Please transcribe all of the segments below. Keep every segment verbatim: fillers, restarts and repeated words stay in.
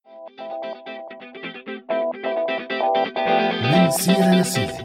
من سيرة لسيرة.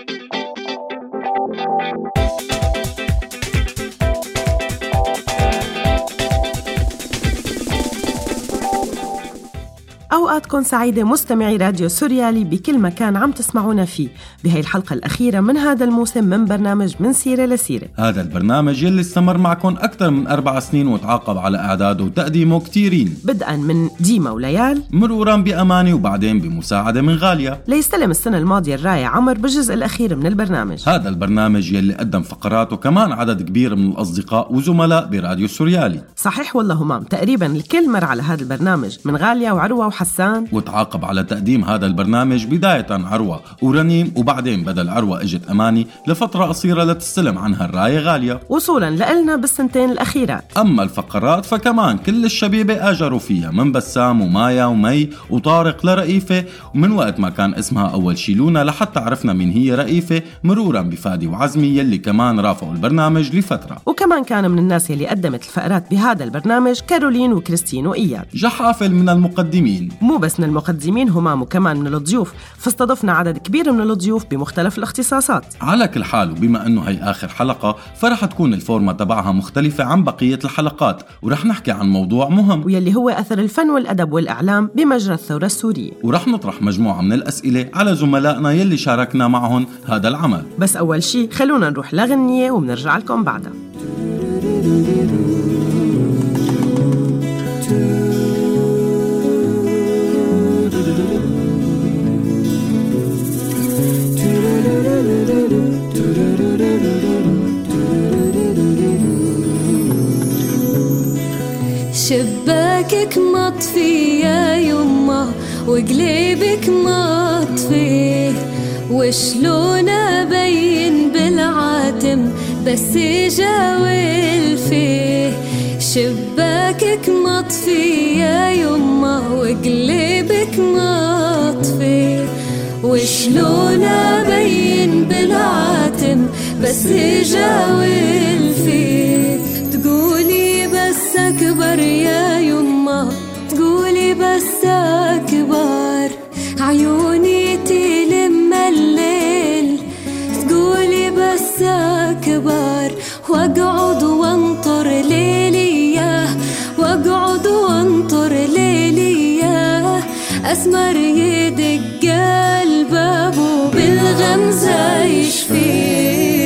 أوقاتكم سعيدة مستمعي راديو سوريالي بكل مكان عم تسمعونا فيه بهاي الحلقة الأخيرة من هذا الموسم من برنامج من سيرة لسيرة. هذا البرنامج يلي استمر معكم أكثر من أربع سنين وتعاقب على إعداده وتقديمه كتيرين، بدءا من ديما وليال، مرورا بأماني، وبعدين بمساعدة من غالية، ليستلم السنة الماضية الراية عمر بالجزء الأخير من البرنامج. هذا البرنامج يلي قدم فقراته كمان عدد كبير من الأصدقاء وزملاء براديو سوريالي. صحيح والله همام، تقريبا الكل مر على هذا البرنامج، من غالية وعروة وحسان. وتعاقب على تقديم هذا البرنامج بداية عروة ورنيم، وبعدين بدل عروة اجت أماني لفترة قصيرة لتستلم عنها الراية غالية، وصولا لقلنا بالسنتين الأخيرات. أما الفقرات فكمان كل الشبيبة آجروا فيها، من بسام ومايا ومي وطارق لرئيفة، ومن وقت ما كان اسمها أول شيلونا لحتى عرفنا من هي رئيفة، مرورا بفادي وعزمي يلي كمان رافقوا البرنامج لفترة. وكمان كان من الناس يلي قدمت الفقرات بهذا البرنامج كارولين وكريستين وإياد. جحافل من المقدمين، مو بس من المقدمين همام، وكمان من الضيوف، فاستضفنا عدد كبير من الضيوف بمختلف الاختصاصات. على كل حال، وبما انه هي اخر حلقة فرح تكون الفورمة تبعها مختلفة عن بقية الحلقات، ورح نحكي عن موضوع مهم ويلي هو اثر الفن والادب والاعلام بمجرى الثورة السورية، ورح نطرح مجموعة من الاسئلة على زملائنا يلي شاركنا معهم هذا العمل. بس اول شي خلونا نروح لغنية وبنرجع لكم بعدها. شباكك مطفي يا يما وقليبك مطفي، وشلون أبين بالعاتم بس جاول فيه. شباكك مطفي يا يما وقليبك مطفي، وشلون أبين بالعاتم بس جاول فيه. تقولي بس أكبر يا يما، تقولي بس أكبر، عيوني تلم الليل، تقولي بس أكبر، واقعد وانطر ليلي، واقعد وانطر ليلي، أسمر يدق الباب وبالغمزة يشفيه.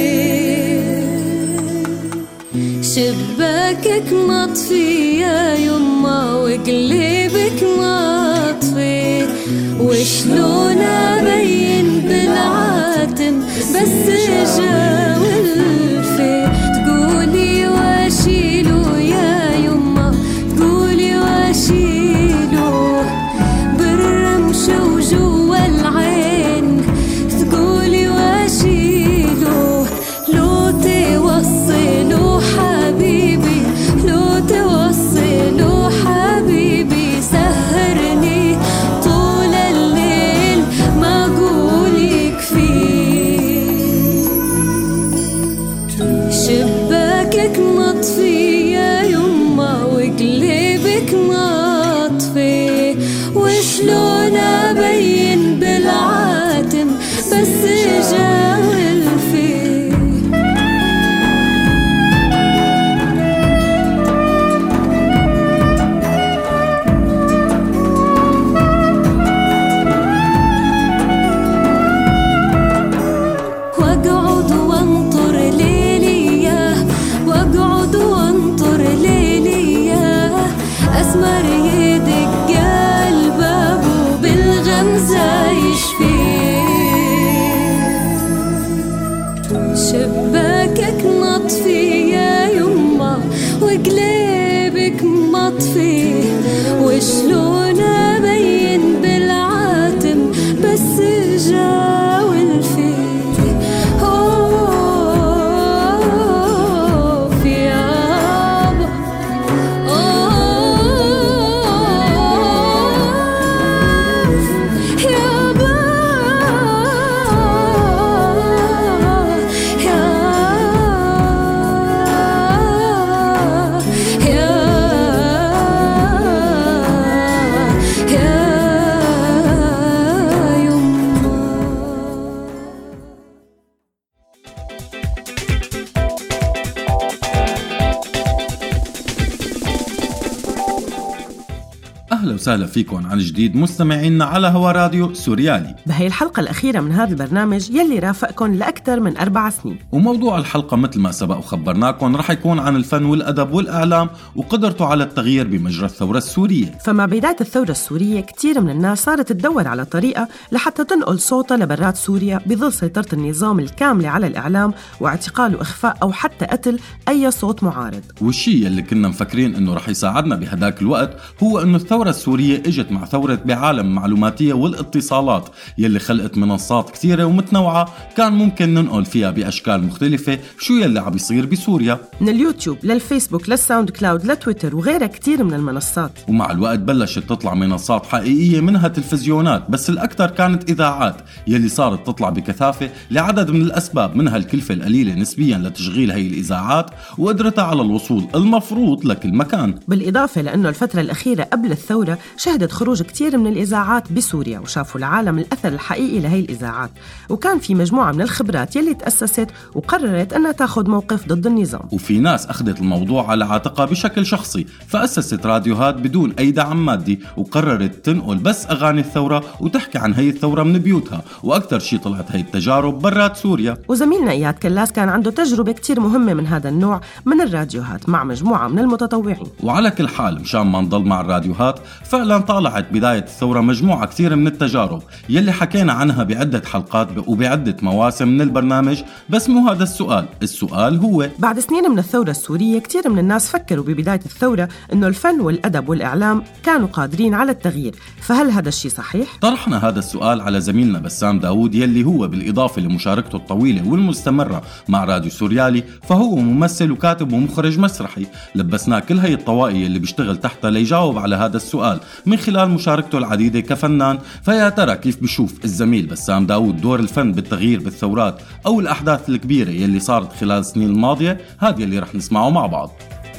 شباكك مطفي يا يما وقلبك مطفي، وشلون أبين بالعاتم بس جاول فيه. تقولي واشيلو يا يما، تقولي واشيلو بالرمش وجوا العين، تقولي واشيلو لو توصلوا حبيبي، لو توصلوا حبيبي، سهرني طول الليل ما قولك فيه. شباكك مطفي يا يما وقلبك مطفي، وشلون أبين بالعاتم بس جاول فيه. واقعد وانطر ليلي، واقعد وانطر ليلي، أسمر يدق الباب وبالغمزة يشفيه. شباكك مطفي يا يما وقلبك مطفي، وشلون أبين بالعاتم بس جاول فيه. أهلا وسهلا فيكم عن جديد مستمعينا على هوا راديو سوريالي. بهي الحلقة الأخيرة من هذا البرنامج يلي رافقكم لأكثر من أربع سنين، وموضوع الحلقة مثل ما سبق وخبرناكم رح يكون عن الفن والأدب والإعلام وقدرته على التغيير بمجرى الثورة السورية. فمع بداية الثورة السورية كتير من الناس صارت تدور على طريقة لحتى تنقل صوتها لبرات سوريا بظل سيطرة النظام الكاملة على الإعلام واعتقال وإخفاء أو حتى قتل أي صوت معارض. والشيء اللي كنا مفكرين إنه رح يساعدنا بهداك الوقت هو إنه الثورة السورية اجت مع ثورة بعالم المعلوماتية والاتصالات يلي خلقت منصات كثيرة ومتنوعة كان ممكن ننقل فيها بأشكال مختلفة شو يلي عم يصير بسوريا، من اليوتيوب للفيسبوك للساوند كلاود لتويتر وغيرها كتير من المنصات. ومع الوقت بلشت تطلع منصات حقيقية منها تلفزيونات، بس الأكثر كانت إذاعات يلي صارت تطلع بكثافة لعدد من الأسباب، منها الكلفة القليلة نسبيا لتشغيل هاي الإذاعات وقدرتها على الوصول المفروض لكل مكان. بالإضافة لأنه الفترة الأخيرة قبل الثورة شهدت خروج كتير من الإذاعات بسوريا وشافوا العالم الأثر الحقيقي لهي الإذاعات، وكان في مجموعة من الخبرات يلي تأسست وقررت أنها تاخد موقف ضد النظام. وفي ناس أخذت الموضوع على عاتقها بشكل شخصي فأسست راديوهات بدون أي دعم مادي وقررت تنقل بس أغاني الثورة وتحكي عن هي الثورة من بيوتها، وأكثر شيء طلعت هي التجارب برات سوريا. وزميلنا إياد كلاس كان عنده تجربة كتير مهمة من هذا النوع من الراديوهات مع مجموعة من المتطوعين. وعلى كل حال مشان ما نضل مع الراديوهات، فعلا طالعت بداية الثورة مجموعة كثير من التجارب يلي حكينا عنها بعدة حلقات وبعدة مواسم من البرنامج. بس مو هذا السؤال، السؤال هو بعد سنين من الثورة السورية كثير من الناس فكروا ببداية الثورة إنه الفن والأدب والإعلام كانوا قادرين على التغيير، فهل هذا الشيء صحيح؟ طرحنا هذا السؤال على زميلنا بسام داود يلي هو بالإضافة لمشاركته الطويلة والمستمرة مع راديو سوريالي فهو ممثل وكاتب ومخرج مسرحي. لبسناه كل هاي الطوائي اللي بيشتغل تحتها ليجاوب على هذا السؤال من خلال مشاركته العديدة كفنان. فيا ترى كيف بيشوف الزميل بسام داود دور الفن بالتغيير بالثورات أو الأحداث الكبيرة يلي صارت خلال السنين الماضية؟ هذا اللي رح نسمعه مع بعض.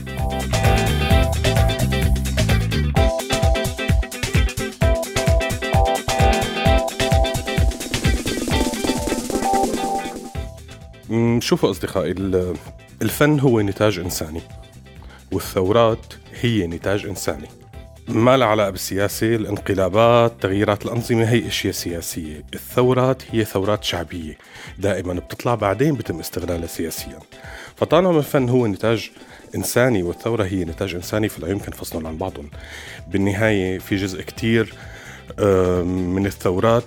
شوفوا أصدقائي، الفن هو نتاج إنساني والثورات هي نتاج إنساني، ما له علاقة بالسياسة. الانقلابات، تغييرات الأنظمة هي أشياء سياسية. الثورات هي ثورات شعبية دائما بتطلع بعدين بتم استغلالها سياسيا. فطالما الفن هو نتاج إنساني والثورة هي نتاج إنساني فلا يمكن فصلهم عن بعضهم. بالنهاية في جزء كتير من الثورات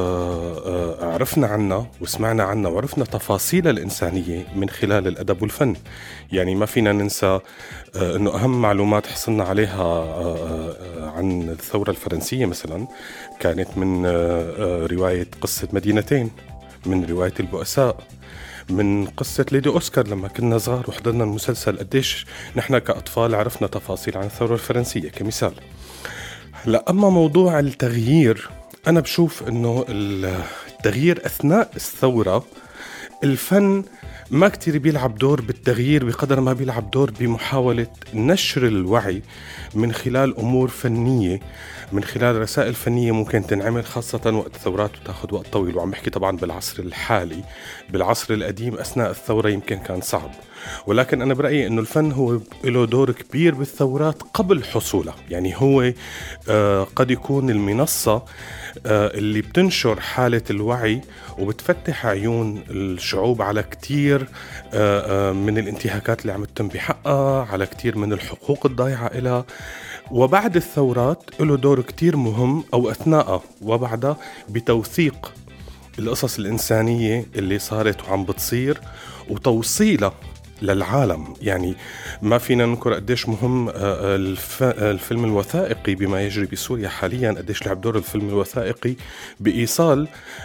عرفنا عنها وسمعنا عنها وعرفنا تفاصيلها الإنسانية من خلال الأدب والفن. يعني ما فينا ننسى أنه أهم معلومات حصلنا عليها عن الثورة الفرنسية مثلا كانت من رواية قصة مدينتين، من رواية البؤساء، من قصة ليدي أوسكار لما كنا صغار وحضرنا المسلسل. قديش نحن كأطفال عرفنا تفاصيل عن الثورة الفرنسية كمثال. لا، أما موضوع التغيير، أنا بشوف أنه التغيير أثناء الثورة الفن ما كتير بيلعب دور بالتغيير بقدر ما بيلعب دور بمحاولة نشر الوعي من خلال أمور فنية، من خلال رسائل فنية ممكن تنعمل خاصة وقت الثورات وتاخد وقت طويل. وعم بحكي طبعا بالعصر الحالي. بالعصر القديم أثناء الثورة يمكن كان صعب، ولكن أنا برأيي أنه الفن هو له دور كبير بالثورات قبل حصولها. يعني هو آه قد يكون المنصة آه اللي بتنشر حالة الوعي وبتفتح عيون الشعوب على كتير آه آه من الانتهاكات اللي عم تتم بحقها، على كتير من الحقوق الضايعة إلها. وبعد الثورات له دور كتير مهم أو أثناءها وبعدها بتوثيق القصص الإنسانية اللي صارت وعم بتصير وتوصيلها للعالم. يعني ما فينا ننكر قديش مهم الفيلم الوثائقي بما يجري بسوريا حاليا، قديش لعب دور الفيلم الوثائقي بإيصال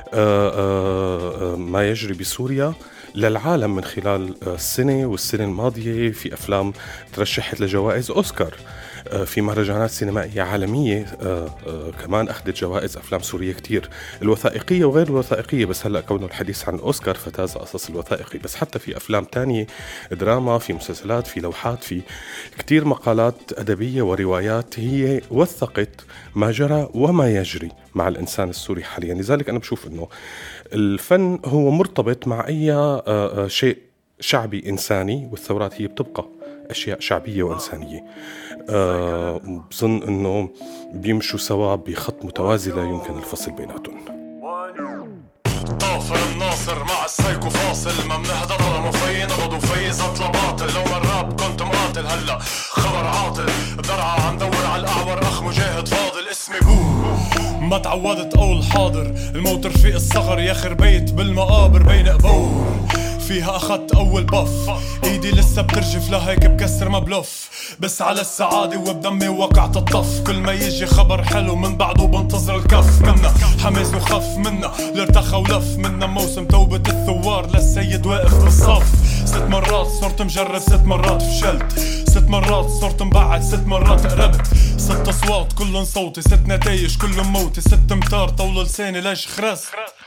ما يجري بسوريا للعالم من خلال السنة والسنة الماضية. في أفلام ترشحت لجوائز أوسكار، في مهرجانات سينمائية عالمية كمان أخذت جوائز أفلام سورية كتير، الوثائقية وغير الوثائقية. بس هلأ كونه الحديث عن أوسكار فتاز قصص الوثائقي، بس حتى في أفلام تانية، دراما، في مسلسلات، في لوحات، في كتير مقالات أدبية وروايات هي وثقت ما جرى وما يجري مع الإنسان السوري حاليا. لذلك أنا بشوف أنه الفن هو مرتبط مع أي شيء شعبي إنساني، والثورات هي بتبقى أشياء شعبية وإنسانية. أه بظن أنه بيمشوا سوا بخط متوازي لا يمكن الفصل بيناتهم. طافر الناصر مع السايكو فاصل، ما منهدى ظلم وفي نبض وفي زطلة باطل. لو مراب كنت مقاتل هلا خبر عاطل، بدرعة عم دور على الأعور أخ مجاهد فاضل. اسمي بو ما تعودت أقول حاضر، الموت رفيق الصغر ياخر بيت بالمقابر بين قبور. فيها أخدت أول بف، إيدي لسه بترجف لهيك بكسر ما بلف. بس على السعادة وبدمي وقعت الطف، كل ما يجي خبر حلو من بعده بنتظر الكف. منا حماس وخف منا لارتخى ولف، منا موسم توبة الثوار للسيد واقف بالصف. ست مرات صرت مجرب، ست مرات فشلت، ست مرات صرت مبعد، ست مرات قربت. ست أصوات كلن صوتي، ست نتايج كلن موتي، ست متار طول لساني ليش خرس.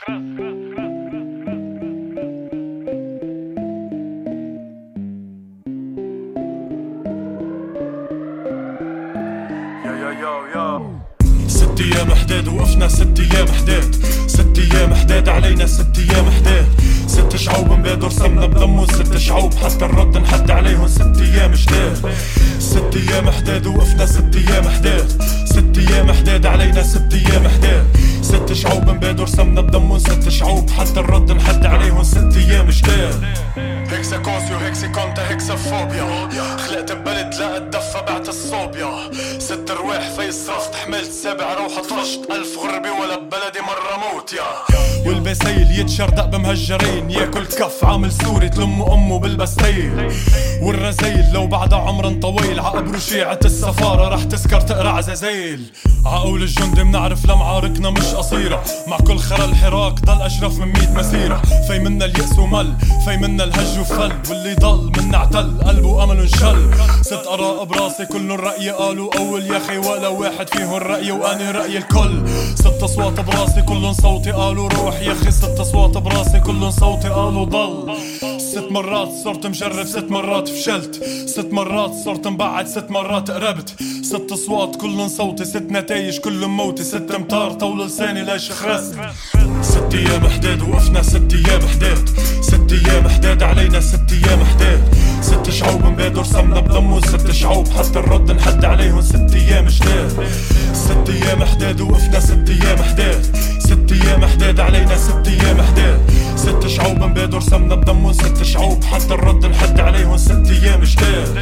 ست ايام حداد وقفنا، ست ايام حداد، ست ايام حداد علينا، ست ايام حداد. ست شعوب مبادر سمنا بدمو، ست شعوب حتى الرد نحد عليهم. ست ايام جداد، ست ايام حداد وقفنا، ست ايام حداد، ست ايام حداد علينا، ست ايام حداد. ست شعوب مبادر سمنا بدمو، ست شعوب حتى الرد نحد عليهم. ست ايام جداد. هيكسا كونسيو هيكسي كونتا هيكسا فوبيا، خلقت ببلد لا اتدفى بعت الصوبيا. ست رواح في الصرفت، حملت سبع روحة طفشت، ألف غربي ولا ببلدي مرة موت يا. والبسيل يتشردق بمهجرين، ياكل كف عامل سوري تلم أمه بالبستيل. والرزيل لو بعد عمر طويل عقبرو شيعة السفارة رح تسكر تقرع عزازيل. عقول الجند منعرف لمعاركنا مش قصيرة، مع كل خرا الحراك ضل أشرف من ميت مسيرة. في منا اليأس ومل، في منا الهج وفل، واللي ضل منا اعتل قلبه أمل انشل. ست أراء براسي كل الرأي قالوا أول يا خي، ولا واحد فيهم الرأي وأني رأي الكل. ست أصوات براسي كلن صوتي قالوا روح يا خي، ست أصوات براسي كلن صوتي قالوا ضل. ست مرات صرت مجرب، ست مرات فشلت، ست مرات صرت مبعد، ست مرات قربت. ست أصوات كلن صوتي، ست نتايج كلن موتي، ست امتار طول لساني ليش خرست. ست ايام حداد وقفنا، ست ايام حداد، ست ايام حداد علينا، ست ايام حداد. ست شعوب مبادر سمنا بدمو، ست شعوب حتى الرد نحد عليهم. ست ايام جداد، ست ايام حداد وقفنا، ست ايام حداد، ست ايام حداد علينا، ست ايام حداد. ست شعوب مبادر سمنا بدمو، ست شعوب حتى الرد نحد عليهم. ست ايام جداد.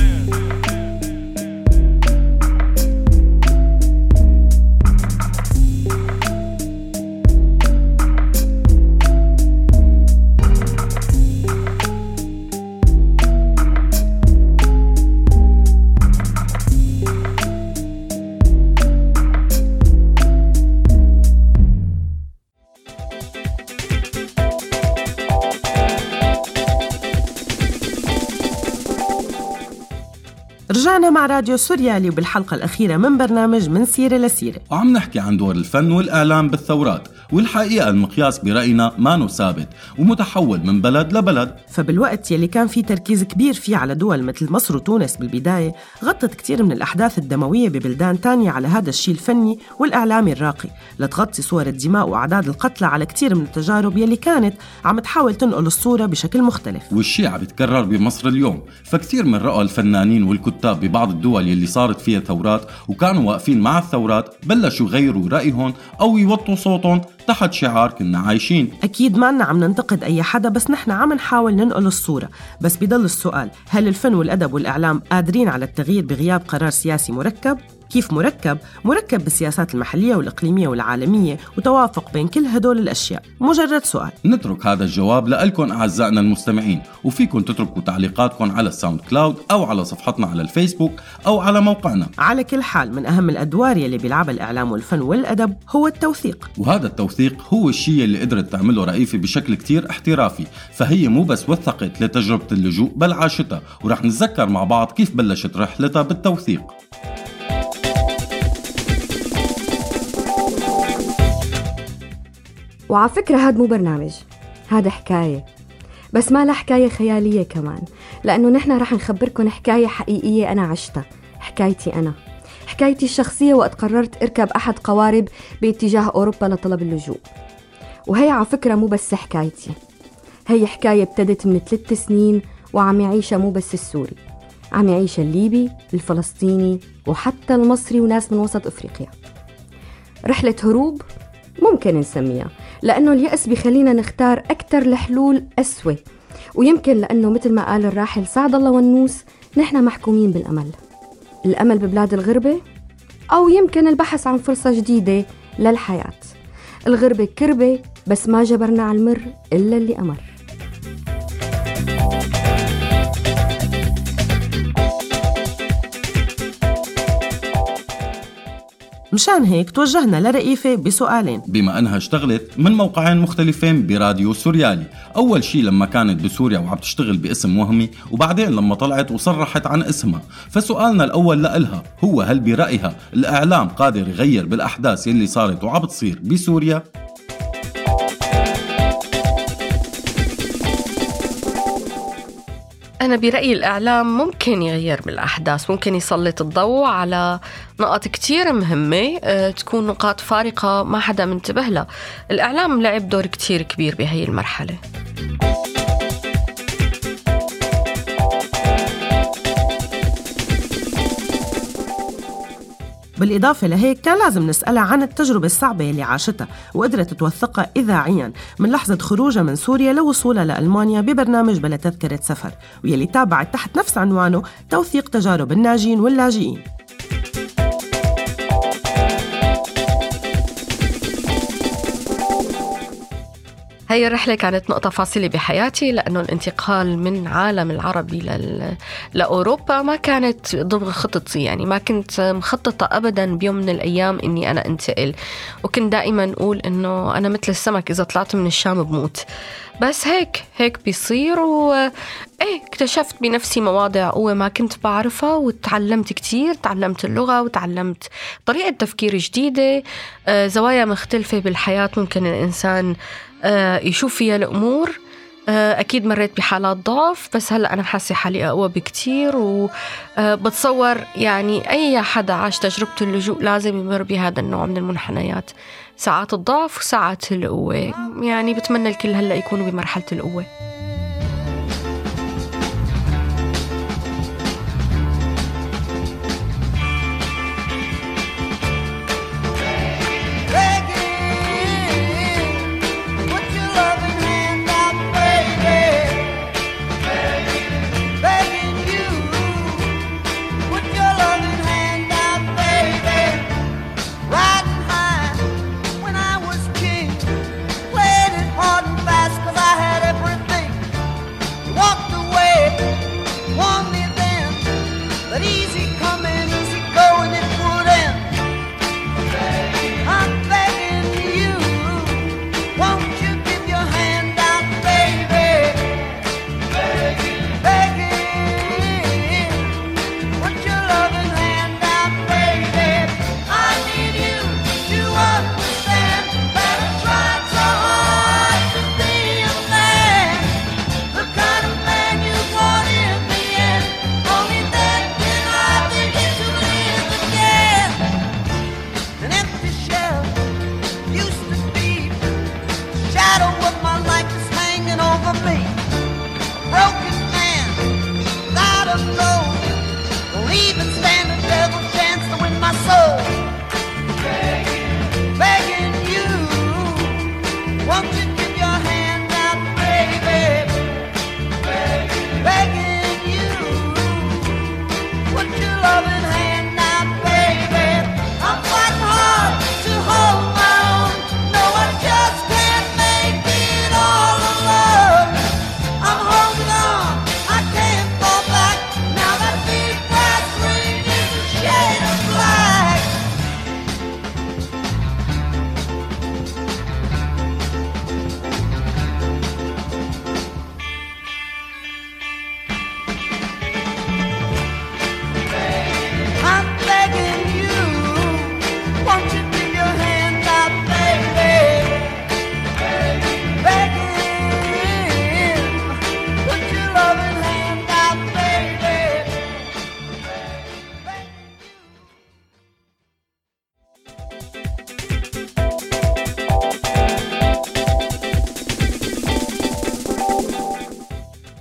رجعنا مع راديو سوريالي وبالحلقة الأخيرة من برنامج من سيرة لسيرة، وعم نحكي عن دور الفن والإعلام بالثورات. والحقيقة المقياس برأينا مانو ثابت ومتحول من بلد لبلد. فبالوقت يلي كان في تركيز كبير فيه على دول مثل مصر وتونس بالبداية، غطت كتير من الأحداث الدموية ببلدان تانية على هذا الشيء الفني والإعلامي الراقي، لتغطي صور الدماء وأعداد القتلى على كتير من التجارب يلي كانت عم تحاول تنقل الصورة بشكل مختلف. والشيء عم يتكرر بمصر اليوم، فكتير من رأى الفنانين والكتاب ببعض الدول يلي صارت فيها ثورات وكانوا واقفين مع الثورات بلشوا يغيروا رأيهم أو يوطوا صوتهم تحت شعار كنا عايشين. أكيد ما عم ننتقد أي حدا، بس نحن عم نحاول ننقل الصورة. بس بيضل السؤال، هل الفن والأدب والإعلام قادرين على التغيير بغياب قرار سياسي مركب؟ كيف مركب؟ مركب بالسياسات المحلية والإقليمية والعالمية وتوافق بين كل هدول الأشياء. مجرد سؤال. نترك هذا الجواب لألكم أعزائنا المستمعين، وفيكم تتركوا تعليقاتكم على الساوند كلاود أو على صفحتنا على الفيسبوك أو على موقعنا. على كل حال، من أهم الأدوار يلي بيلعبها الإعلام والفن والأدب هو التوثيق، وهذا التوثيق هو الشيء اللي قدرت تعمله رئيفة بشكل كتير احترافي. فهي مو بس وثقت لتجربة اللجوء بل عاشتها، ورح نتذكر مع بعض كيف بلشت رحلتها بالتوثيق. وعلى فكرة هاد مو برنامج، هاد حكاية، بس ما لها حكاية خيالية كمان، لأنه نحن رح نخبركن حكاية حقيقية أنا عشتها، حكايتي أنا، حكايتي الشخصية وقت قررت أركب أحد قوارب باتجاه أوروبا لطلب اللجوء. وهي على فكرة مو بس حكايتي، هي حكاية ابتدت من ثلاث سنين وعم يعيشها مو بس السوري، عم يعيش الليبي، الفلسطيني، وحتى المصري وناس من وسط أفريقيا. رحلة هروب ممكن نسميها، لأنه اليأس بيخلينا نختار أكتر الحلول أسوأ، ويمكن لأنه مثل ما قال الراحل سعد الله ونوس، نحن محكومين بالأمل. الأمل ببلاد الغربة، أو يمكن البحث عن فرصة جديدة للحياة. الغربة كربة، بس ما جبرنا على المر إلا اللي أمر. مشان هيك توجهنا لرئيفة بسؤالين، بما أنها اشتغلت من موقعين مختلفين براديو سوريالي. أول شي لما كانت بسوريا وعم تشتغل باسم وهمي، وبعدين لما طلعت وصرحت عن اسمها. فسؤالنا الأول لإلها هو: هل برأيها الإعلام قادر يغير بالأحداث يلي صارت وعم تصير بسوريا؟ أنا برأيي الإعلام ممكن يغير بالأحداث، ممكن يسلط الضوء على نقاط كتير مهمة أه تكون نقاط فارقة ما حدا منتبه لها. الإعلام لعب دور كتير كبير بهاي المرحلة. بالإضافة لهيك كان لازم نسألها عن التجربة الصعبة اللي عاشتها وقدرت توثقها إذاعياً من لحظة خروجها من سوريا لوصولها لألمانيا ببرنامج بلا تذكرة سفر، ويلي تابعت تحت نفس عنوانه توثيق تجارب الناجين واللاجئين. هاي الرحلة كانت نقطة فاصلة بحياتي، لأنه الانتقال من عالم العربي لل... لأوروبا ما كانت ضمن خطتي. يعني ما كنت مخططة أبدا بيوم من الأيام إني أنا انتقل، وكنت دائما أقول إنه أنا مثل السمك إذا طلعت من الشام بموت. بس هيك هيك بيصير، وإيه اكتشفت بنفسي مواضع قوة ما كنت بعرفها، وتعلمت كتير. تعلمت اللغة وتعلمت طريقة تفكير جديدة، آه زوايا مختلفة بالحياة ممكن الإنسان آه يشوف فيها الأمور. آه أكيد مريت بحالات ضعف، بس هلأ أنا حاسة حالي أقوى بكتير، وبتصور يعني أي حدا عاش تجربة اللجوء لازم يمر بهذا النوع من المنحنيات، ساعات الضعف وساعات القوة. يعني بتمنى الكل هلأ يكونوا بمرحلة القوة. Everything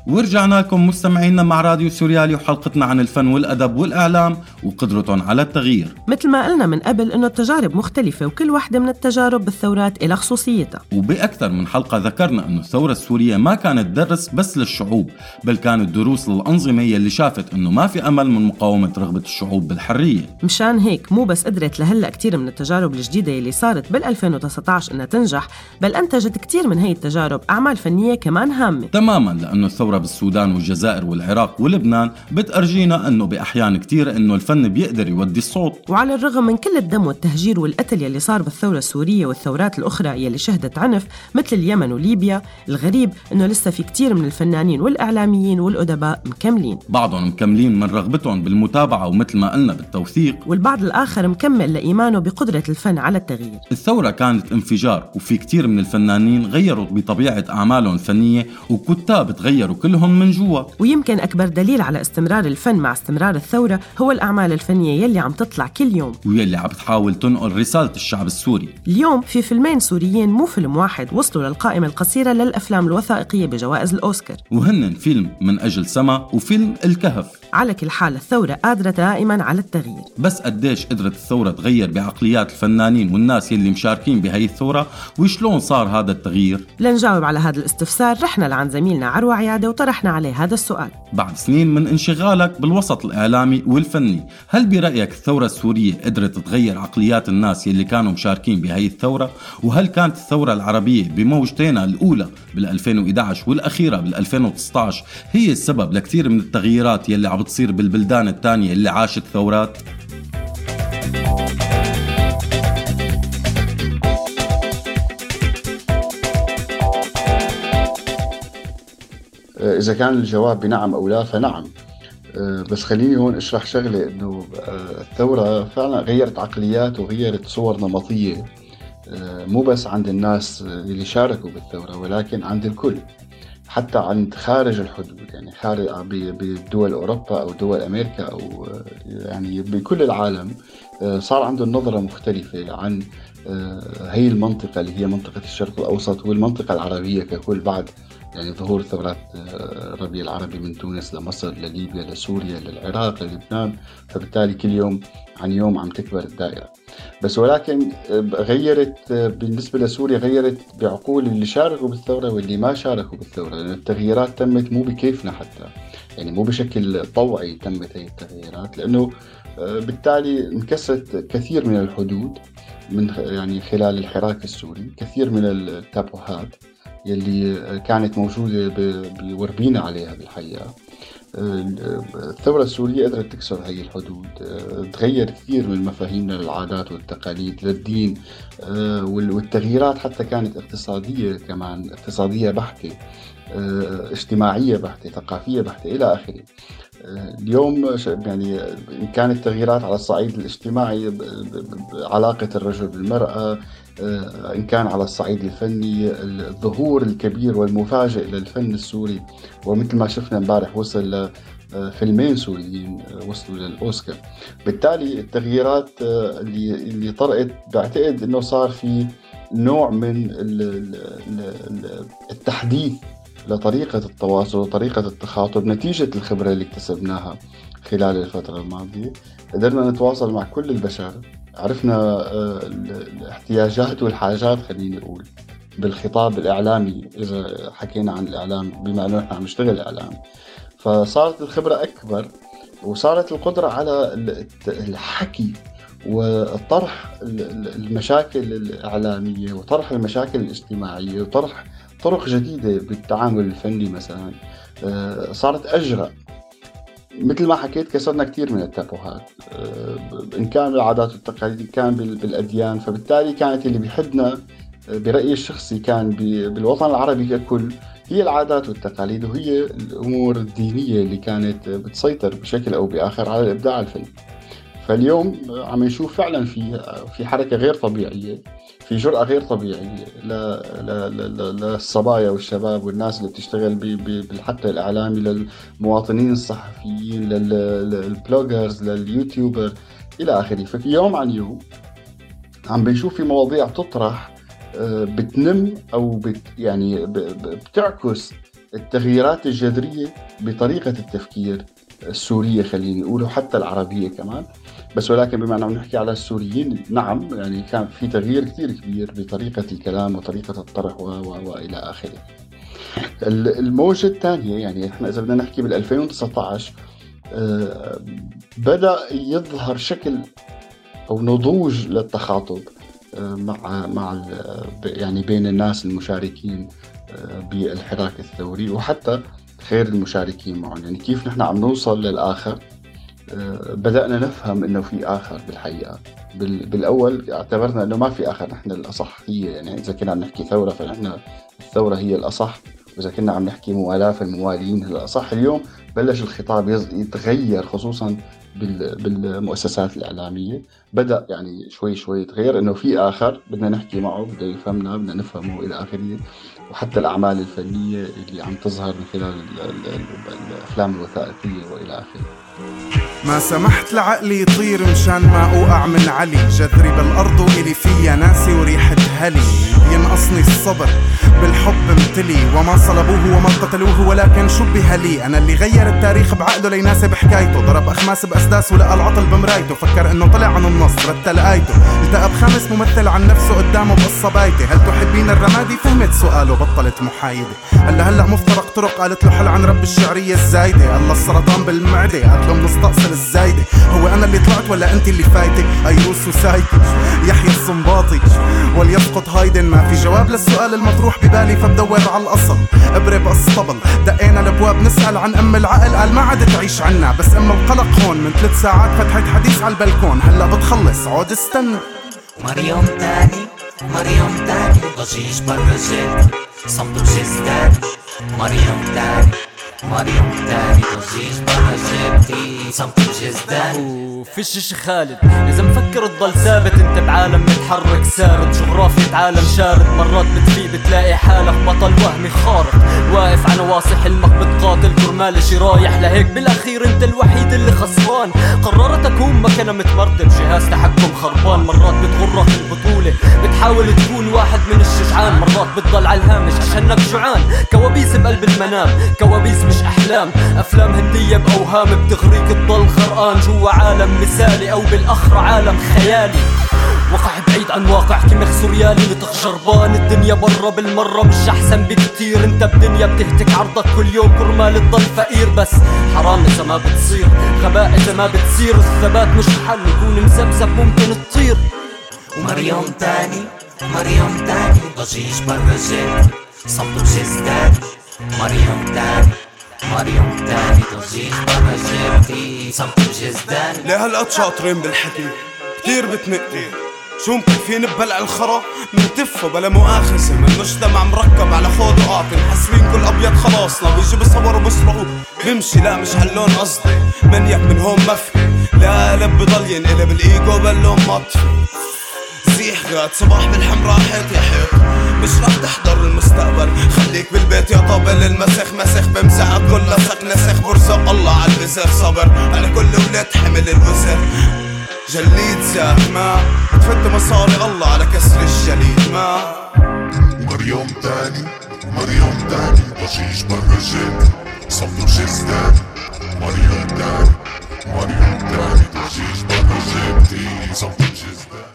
ورجعنا لكم مستمعينا مع راديو سوريالي وحلقتنا عن الفن والأدب والإعلام وقدرتهم على التغيير. مثل ما قلنا من قبل إنه التجارب مختلفة وكل واحدة من التجارب بالثورات إلى خصوصيتها، وبأكثر من حلقة ذكرنا إنه الثورة السورية ما كانت درس بس للشعوب، بل كانت دروس للأنظمة اللي شافت إنه ما في أمل من مقاومة رغبة الشعوب بالحرية. مشان هيك مو بس قدرت لهلأ كتير من التجارب الجديدة اللي صارت بال2019 إنها تنجح، بل أنتجت كتير من هاي التجارب أعمال فنية كمان هامة. تماماً، لأنه الثورة بالسودان والجزائر والعراق ولبنان بتأرجينا أنه بأحيان كتير أنه الفن بيقدر يودي الصوت. وعلى الرغم من كل الدم والتهجير والقتل يلي صار بالثورة السورية والثورات الأخرى يلي شهدت عنف مثل اليمن وليبيا، الغريب أنه لسه في كتير من الفنانين والإعلاميين والأدباء مكملين، بعضهم مكملين من رغبتهم بالمتابعة ومثل ما قلنا بالتوثيق، والبعض الآخر مكمل لإيمانه بقدرة الفن على التغيير. الثورة كانت انفجار، وفي كتير من الفنانين غيروا بطبيعة أعمالهم الفنية، وكتاب تغيروا كلهم من جوا. ويمكن أكبر دليل على استمرار الفن مع استمرار الثورة هو الأعمال الفنية يلي عم تطلع كل يوم ويلي عم تحاول تنقل رسالة الشعب السوري. اليوم في فيلمين سوريين، مو فيلم واحد، وصلوا للقائمة القصيرة للأفلام الوثائقية بجوائز الأوسكار، وهن فيلم من أجل سما وفيلم الكهف. على كل حال الثورة قادرة دائما على التغيير، بس قديش قدرت الثورة تغير بعقليات الفنانين والناس يلي مشاركين بهاي الثورة، وشلون صار هذا التغيير؟ لنجاوب على هذا الاستفسار رحنا لعند زميلنا عروة عيادة وطرحنا عليه هذا السؤال. بعد سنين من انشغالك بالوسط الإعلامي والفني، هل برأيك الثورة السورية قدرت تغير عقليات الناس يلي كانوا مشاركين بهاي الثورة؟ وهل كانت الثورة العربية بموجتين الأولى بال2011 والأخيرة بال2019 هي السبب لكثير من التغييرات يلي عم بتصير بالبلدان الثانية اللي عاشت ثورات؟ إذا كان الجواب بنعم أو لا فنعم، بس خليني هون أشرح شغلة، إنه الثورة فعلا غيرت عقليات وغيرت صور نمطية، مو بس عند الناس اللي شاركوا بالثورة ولكن عند الكل، حتى عند خارج الحدود، يعني خارج بدول أوروبا أو دول أمريكا أو يعني بكل العالم صار عنده نظرة مختلفة عن هي المنطقة اللي هي منطقة الشرق الأوسط والمنطقة العربية ككل، بعد يعني ظهور ثورات الربيع العربي من تونس لمصر لليبيا لسوريا للعراق للبنان، فبالتالي كل يوم عن يوم عم تكبر الدائرة. بس ولكن غيرت بالنسبة لسوريا، غيرت بعقول اللي شاركوا بالثورة واللي ما شاركوا بالثورة، لأن التغييرات تمت مو بكيفنا حتى، يعني مو بشكل طوعي تمت هذه التغييرات، لأنه بالتالي انكسرت كثير من الحدود من يعني خلال الحراك السوري، كثير من التابوهات يلي كانت موجودة بوربينا عليها بالحقيقة. الثورة السورية قدرت تكسر هاي الحدود، تغير كثير من مفاهيمنا للعادات والتقاليد للدين، والتغييرات حتى كانت اقتصادية، كمان اقتصادية بحتة، اجتماعية بحتة، ثقافية بحتة إلى آخره. اليوم يعني كانت تغييرات على الصعيد الاجتماعي، علاقة الرجل بالمرأة، إن كان على الصعيد الفني الظهور الكبير والمفاجئ للفن السوري، ومثل ما شفنا امبارح وصل فيلمين سوريين وصلوا للأوسكار. بالتالي التغييرات اللي اللي طرقت بعتقد إنه صار في نوع من التحديث لطريقة التواصل وطريقة التخاطب نتيجة الخبرة اللي اكتسبناها خلال الفترة الماضية. قدرنا نتواصل مع كل البشر، عرفنا الاحتياجات والحاجات، خليني أقول بالخطاب الإعلامي إذا حكينا عن الإعلام بما أنه إحنا عم نشتغل إعلام، فصارت الخبرة أكبر وصارت القدرة على الحكي وطرح المشاكل الإعلامية وطرح المشاكل الاجتماعية وطرح طرق جديدة بالتعامل الفني مثلا. صارت أجرأ، مثل ما حكيت كسرنا كتير من التابوهات، إن كان بالعادات والتقاليد إن كان بالأديان، فبالتالي كانت اللي بيحدنا برأيي الشخصي كان بالوطن العربي ككل هي العادات والتقاليد وهي الأمور الدينية اللي كانت بتسيطر بشكل أو بآخر على الإبداع الفني. فاليوم عم نشوف فعلا في في حركة غير طبيعية، في جرأة غير طبيعية للصبايا والشباب والناس اللي بتشتغل بالحقل الإعلامي، للمواطنين الصحفيين، للبلوجرز، لليوتيوبر إلى آخره. ففي يوم عن يوم عم بنشوف في مواضيع تطرح بتنم أو بت يعني بتعكس التغييرات الجذرية بطريقة التفكير السورية، خليني أقوله حتى العربية كمان، بس ولكن بما أننا نحكي على السوريين نعم يعني كان في تغيير كتير كبير بطريقة الكلام وطريقة الطرح و و وإلى آخره. الموجة الثانية يعني إحنا إذا بدنا نحكي بالألفين وتسعة عشر آه بدأ يظهر شكل أو نضوج للتخاطب آه مع مع يعني بين الناس المشاركين آه بالحراك الثوري وحتى غير المشاركين معهم. يعني كيف نحن عم نوصل للآخر، آه بدأنا نفهم إنه في آخر بالحقيقة. بالأول اعتبرنا إنه ما في آخر، نحن الأصح هي يعني إذا كنا عم نحكي ثورة فنحن الثورة هي الأصح، وإذا كنا عم نحكي موالاة فالموالين هي الأصح. اليوم بلش الخطاب يتغير خصوصا بالمؤسسات الإعلامية، بدأ يعني شوي شوي يتغير إنه في آخر بدنا نحكي معه، بدنا يفهمنا، بدنا نفهمه إلى آخره. وحتى الأعمال الفنية اللي عم تظهر من خلال الأفلام الوثائقية وإلى آخره. ما سمحت لعقلي يطير مشان ما أوقع من علي، جذري بالأرض وإلي فيها ناسي وريحة هلي، ينقصني الصبر بالحب امتلي، وما صلبوه وما قتلوه ولكن شبه لي. أنا اللي غير التاريخ بعقله ليناسب حكايته، ضرب أخماس بأسداس ولقى العطل بمرايته، فكر إنه طلع عن النص رتل آيته، التقى بخامس ممثل عن نفسه قدامه بقصة بايته. هل تحبين الرمادي؟ فهمت سؤاله بطلت محايدة. هلا هلا مفترق طرق قالت له حل عن رب الشعرية الزايدة، الله السرطان بالمعدة قالت له منستأصل الزايدة. هو أنا اللي طلعت ولا أنت اللي فايتك؟ أيروس وسايتي يحيى الصنباطي وليسقط هايدن. ما في جواب للسؤال المطروح ببالي فبدور على الأصل، ابرة بقصطبل دقينا الابواب نسأل عن ام العقل، قال ما عاد تعيش عنا بس ام القلق هون. من ثلاث ساعات فتحت حديث على البلكون، هلا بتخلص عود استنى. مريم تاني مريم تاني ضجيج برجت صمت وجزدان. مريم تاني مريم تاني ضجيج برجت صمت وجزدان. وفيش شي خالد إذا مفكر تضل ثابت، انت بعالم متحرك سارد، جغرافية عالم شارد. مرات بتفيق بتلاقي حالك بطل وهمي خارق، واقف على نواصي حلمك بتقاتل كرمال شي رايح، لهيك بالاخير انت الوحيد اللي خسران. قررت اكون مكانه متمردد، جهاز تحكم خربان. مرات بتغرك البطولة بتحاول تكون واحد من الشجعان، مرات بتضل على الهامش عشانك جوعان. كوابيس بقلب المنام، كوابيس مش احلام، افلام هندية باوهام بتغريك تضل غرقان جوا عالم مثالي او بالاخر عالم خيالي. وقع بعيد عن واقع كمخ سوريالي نطق جربان. الدنيا برا بالمرة مش احسن بكتير، انت بدنيا بتهتك عرضك كل يوم كرمال تضل فقير. بس حرام اذا ما بتصير، غباء اذا ما بتصير، الثبات مش حل، يكون مزبزب ممكن تطير. ومريم تاني مريم تاني ضجيج برجت صمت وجزدان. مريم تاني مريم تاني ضجيج برجت صمت وجزدان. ليه هالقد شاطرين بالحكي كتير بتنقي، شو مكفين ببلع الخرا من تفه بلا مؤاخذة، من مجتمع مركب على خوض وقاطن، حاسبين كل ابيض خلاصنا بيجي بصور وبسرقوا بمشي. لا مش هاللون قصدي، منيك من هون مفهي، لا قلب بضل ينقلب الايجو باللون مطفي. زيح غاد صباح بالحمراء حيط يا حيط، مش رح تحضر المستقبل، خليك بالبيت يا طابل المسخ مسخ بمسحك كل لسق نسخ. برزق الله على البزر صبر على كل ولاد حمل الوزر. جليد زاك ما بتفت مصاري الله على كسر الجليد ما. مريم تاني مريم تاني ضجيج برجت صمت وجزدان. مريم تاني مريم تاني ضجيج برجت صمت وجزدان.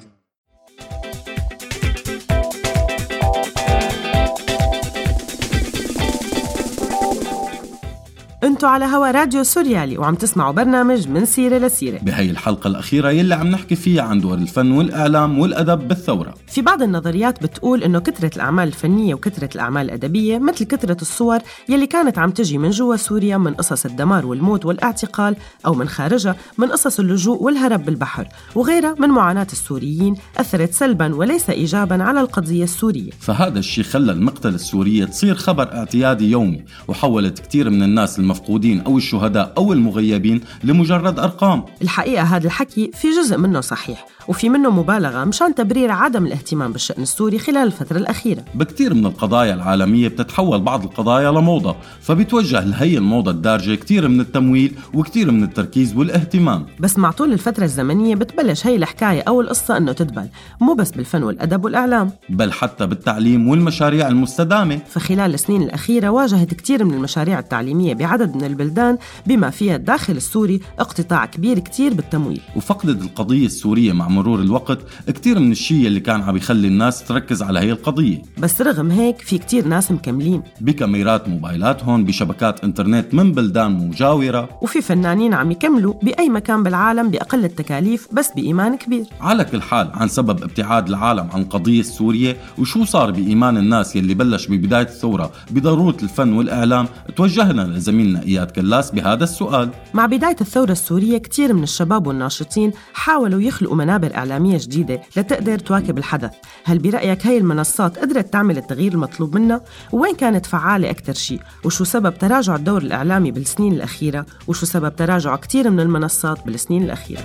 انتو على هوا راديو سوريالي وعم تسمعوا برنامج من سيرة لسيرة. بهاي الحلقة الأخيرة يلي عم نحكي فيها عن دور الفن والإعلام والأدب بالثورة. في بعض النظريات بتقول إنه كثرة الأعمال الفنية وكثرة الأعمال الأدبية مثل كثرة الصور يلي كانت عم تجي من جوا سوريا من قصص الدمار والموت والاعتقال، أو من خارجها من قصص اللجوء والهرب بالبحر وغيرها من معاناة السوريين، أثرت سلباً وليس إيجاباً على القضية السورية. فهذا الشيء خلى المقتل السورية تصير خبر اعتيادي يومي، وحولت كتير من الناس المفقودين أو الشهداء أو المغيبين لمجرد أرقام. الحقيقة هذا الحكي في جزء منه صحيح، وفي منه مبالغة مشان تبرير عدم الاهتمام بالشأن السوري خلال الفترة الأخيرة. بكتير من القضايا العالمية بتتحول بعض القضايا لموضة، فبتوجه لهي الموضة الدارجة كتير من التمويل وكتير من التركيز والاهتمام. بس مع طول الفترة الزمنية بتبلش هي الحكاية أو القصة إنه تدبل، مو بس بالفن والأدب والإعلام، بل حتى بالتعليم والمشاريع المستدامة. فخلال السنين الأخيرة واجهت كتير من المشاريع التعليمية بعدد من البلدان بما فيها الداخل السوري اقتطاع كبير كتير بالتمويل. وفقدت القضية السورية مع مرور الوقت كتير من الشيء اللي كان عم يخلي الناس تركز على هي القضية. بس رغم هيك في كتير ناس مكملين بكاميرات موبايلاتهم، بشبكات انترنت من بلدان مجاورة، وفي فنانين عم يكملوا بأي مكان بالعالم بأقل التكاليف بس بإيمان كبير. على كل حال، عن سبب ابتعاد العالم عن القضية السورية وشو صار بإيمان الناس يلي بلش ببداية الثورة بضرورة الفن والإعلام، توجهنا لزميلنا إياد كلاس بهذا السؤال. مع بداية الثورة السورية كتير من الشباب والناشطين حاولوا يخلقوا منابر إعلامية جديدة لتقدر تواكب الحدث. هل برأيك هاي المنصات قدرت تعمل التغيير المطلوب منها؟ وين كانت فعالة أكتر شيء؟ وشو سبب تراجع الدور الإعلامي بالسنين الأخيرة؟ وشو سبب تراجع كتير من المنصات بالسنين الأخيرة؟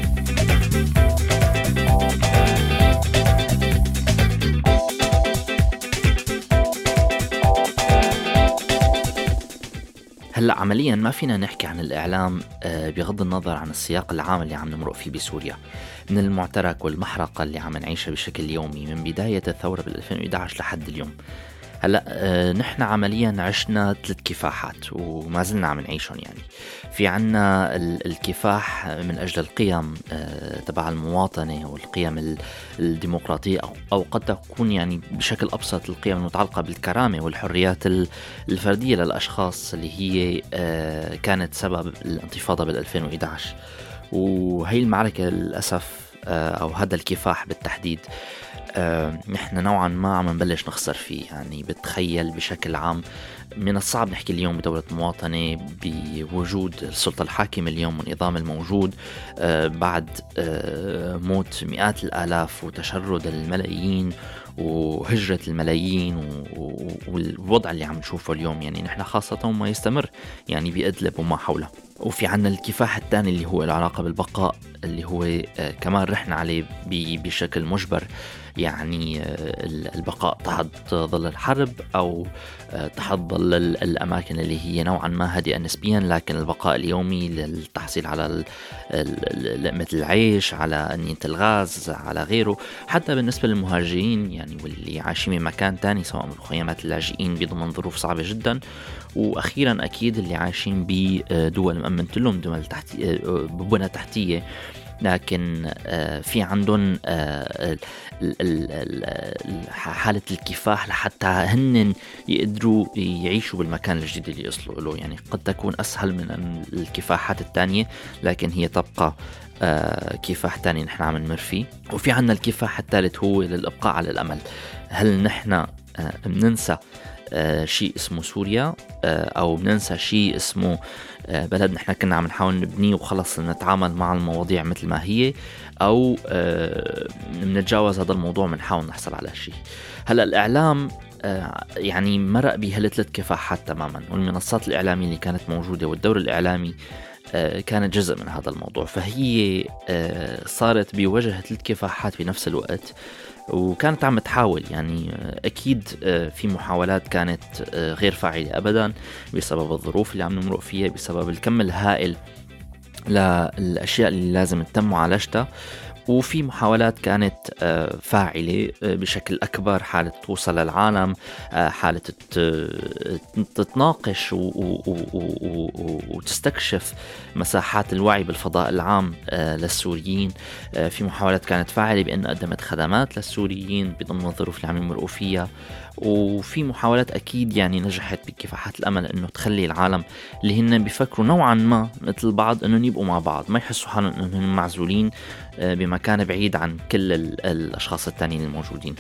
هلأ عملياً ما فينا نحكي عن الإعلام بغض النظر عن السياق العام اللي عم نمرق فيه بسوريا، من المعترك والمحرقة اللي عم نعيشها بشكل يومي من بداية الثورة بال2011 لحد اليوم. هلأ آه نحن عملياً عشنا ثلاث كفاحات وما زلنا عم نعيشهم. يعني في عنا الكفاح من أجل القيم آه تبع المواطنة والقيم الديمقراطية، أو, أو قد تكون يعني بشكل أبسط القيم المتعلقة بالكرامة والحريات الفردية للأشخاص اللي هي آه كانت سبب الانتفاضة بال2011. وهي المعركة للأسف آه أو هذا الكفاح بالتحديد آه، نحن نوعا ما عم نبلش نخسر فيه. يعني بتخيل بشكل عام من الصعب نحكي اليوم بدولة مواطنة بوجود السلطة الحاكمة اليوم والنظام الموجود آه، بعد آه، موت مئات الآلاف وتشرد الملايين وهجرة الملايين والوضع اللي عم نشوفه اليوم. يعني نحن خاصة وما يستمر يعني بإدلب وما حوله. وفي عنا الكفاح الثاني اللي هو العلاقة بالبقاء، اللي هو آه كمان رحنا عليه بشكل مجبر. يعني آه البقاء تحت ظل الحرب أو آه تحت ظل الأماكن اللي هي نوعا ما هادئة نسبيا، لكن البقاء اليومي للتحصيل على لقمة العيش، على أنية الغاز، على غيره. حتى بالنسبة للمهاجرين يعني واللي عايشين بمكان تاني سواء من خيامات اللاجئين بضمن ظروف صعبة جدا، وأخيرا أكيد اللي عايشين بدول مأمنت لهم دول تحتي ببنى تحتية، لكن في عندهم حالة الكفاح لحتى هن يقدروا يعيشوا بالمكان الجديد اللي يصلوا له. يعني قد تكون أسهل من الكفاحات التانية، لكن هي تبقى كفاح تاني نحن عم نمر فيه. وفي عنا الكفاح الثالث هو للإبقاء على الأمل. هل نحن بننسى آه شيء اسمه سوريا آه أو بننسى شيء اسمه آه بلد نحن كنا عم نحاول نبنيه وخلص نتعامل مع المواضيع مثل ما هي، أو آه بنتجاوز هذا الموضوع بنحاول نحصل على شيء. هلأ الإعلام آه يعني مرق بهالثلاث كفاحات تماما، والمنصات الإعلامية اللي كانت موجودة والدور الإعلامي آه كانت جزء من هذا الموضوع. فهي آه صارت بوجه ثلاث كفاحات بنفس الوقت، وكانت عم تحاول. يعني أكيد في محاولات كانت غير فاعلة أبدا بسبب الظروف اللي عم نمرق فيها، بسبب الكم الهائل للأشياء اللي لازم تتم معالجتها، وفي محاولات كانت فاعلة بشكل أكبر، حالة توصل للعالم، حالة تتناقش وتستكشف مساحات الوعي بالفضاء العام للسوريين. في محاولات كانت فاعلة بأن قدمت خدمات للسوريين بضمن الظروف اللي عم يمرقوا فيها، وفي محاولات أكيد يعني نجحت بكفاحات الأمل أنه تخلي العالم اللي هن بيفكروا نوعا ما مثل بعض أنه يبقوا مع بعض، ما يحسوا حالهم أنهم معزولين بمكان بعيد عن كل الأشخاص التانيين الموجودين.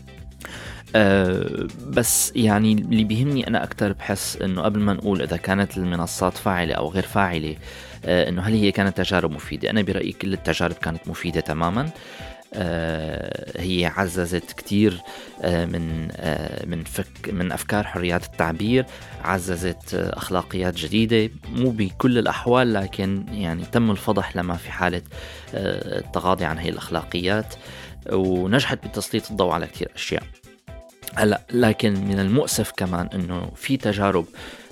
أه بس يعني اللي بيهمني أنا أكتر بحس أنه قبل ما نقول إذا كانت المنصات فاعلة أو غير فاعلة، أه أنه هل هي كانت تجارب مفيدة؟ أنا برأيي كل التجارب كانت مفيدة تماما. هي عززت كتير من من فك من أفكار حريات التعبير، عززت أخلاقيات جديدة مو بكل الأحوال، لكن يعني تم الفضح لما في حالة التغاضي عن هي الأخلاقيات، ونجحت بتسليط الضوء على كتير أشياء. هلا لكن من المؤسف كمان إنه في تجارب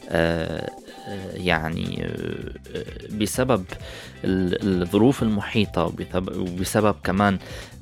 يعني بسبب الظروف المحيطة وبسبب كمان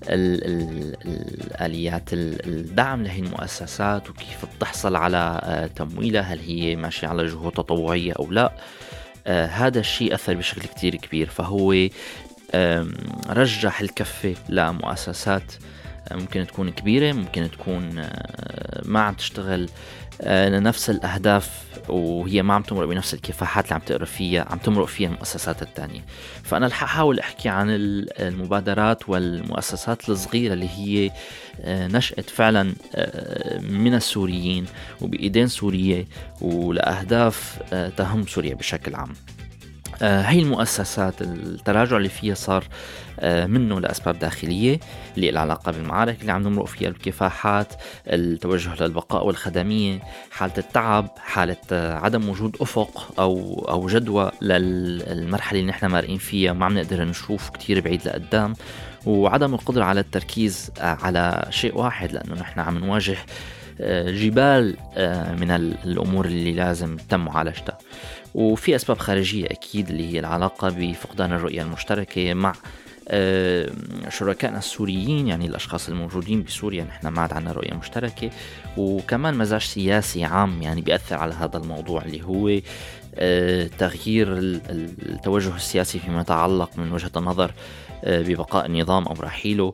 الآليات الدعم لهي المؤسسات وكيف بتحصل على تمويلها، هل هي ماشية على جهود تطوعية أو لا، هذا الشيء أثر بشكل كتير كبير. فهو رجح الكفة لمؤسسات ممكن تكون كبيرة، ممكن تكون ما عم تشتغل لنفس الأهداف، وهي ما عم تمرق بنفس الكفاحات اللي عم تقرأ فيها عم تمرق فيها المؤسسات التانية. فأنا رح أحاول أحكي عن المبادرات والمؤسسات الصغيرة اللي هي نشأت فعلا من السوريين وبإيدين سورية ولأهداف تهم سوريا بشكل عام. هاي المؤسسات التراجع اللي فيها صار منه لأسباب داخلية اللي العلاقة بالمعارك اللي عم نمرق فيها، الكفاحات، التوجه للبقاء والخدمية، حالة التعب، حالة عدم وجود أفق أو أو جدوى للمرحلة اللي نحن مارقين فيها، ما عم نقدر نشوف كتير بعيد لقدام، وعدم القدرة على التركيز على شيء واحد، لأنه نحن عم نواجه جبال من الأمور اللي لازم تم معالجتها. وفي أسباب خارجية أكيد اللي هي العلاقة بفقدان الرؤية المشتركة مع شركائنا السوريين، يعني الأشخاص الموجودين بسوريا نحن ما عاد عنا رؤية مشتركة، وكمان مزاج سياسي عام يعني بيأثر على هذا الموضوع اللي هو تغيير التوجه السياسي فيما يتعلق من وجهة النظر ببقاء النظام أو رحيله،